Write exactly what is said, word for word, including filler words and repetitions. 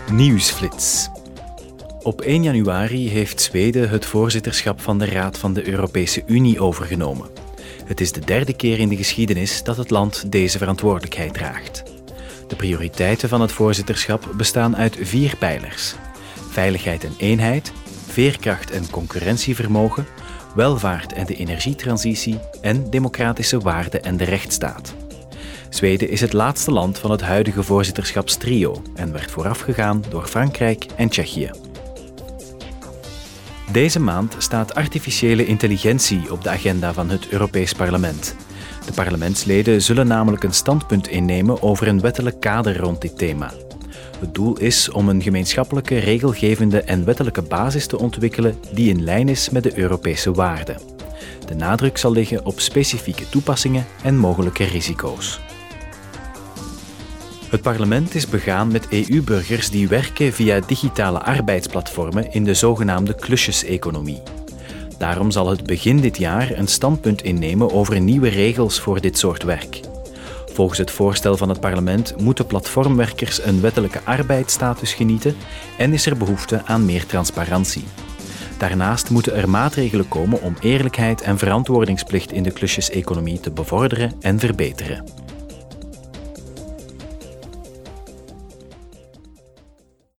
Nieuwsflits. Op één januari heeft Zweden het voorzitterschap van de Raad van de Europese Unie overgenomen. Het is de derde keer in de geschiedenis dat het land deze verantwoordelijkheid draagt. De prioriteiten van het voorzitterschap bestaan uit vier pijlers: veiligheid en eenheid, veerkracht en concurrentievermogen, welvaart en de energietransitie en democratische waarden en de rechtsstaat. Zweden is het laatste land van het huidige voorzitterschapstrio en werd voorafgegaan door Frankrijk en Tsjechië. Deze maand staat artificiële intelligentie op de agenda van het Europees Parlement. De parlementsleden zullen namelijk een standpunt innemen over een wettelijk kader rond dit thema. Het doel is om een gemeenschappelijke regelgevende en wettelijke basis te ontwikkelen die in lijn is met de Europese waarden. De nadruk zal liggen op specifieke toepassingen en mogelijke risico's. Het parlement is begaan met E U-burgers die werken via digitale arbeidsplatformen in de zogenaamde klusjeseconomie. Daarom zal het begin dit jaar een standpunt innemen over nieuwe regels voor dit soort werk. Volgens het voorstel van het parlement moeten platformwerkers een wettelijke arbeidsstatus genieten en is er behoefte aan meer transparantie. Daarnaast moeten er maatregelen komen om eerlijkheid en verantwoordingsplicht in de klusjeseconomie te bevorderen en verbeteren.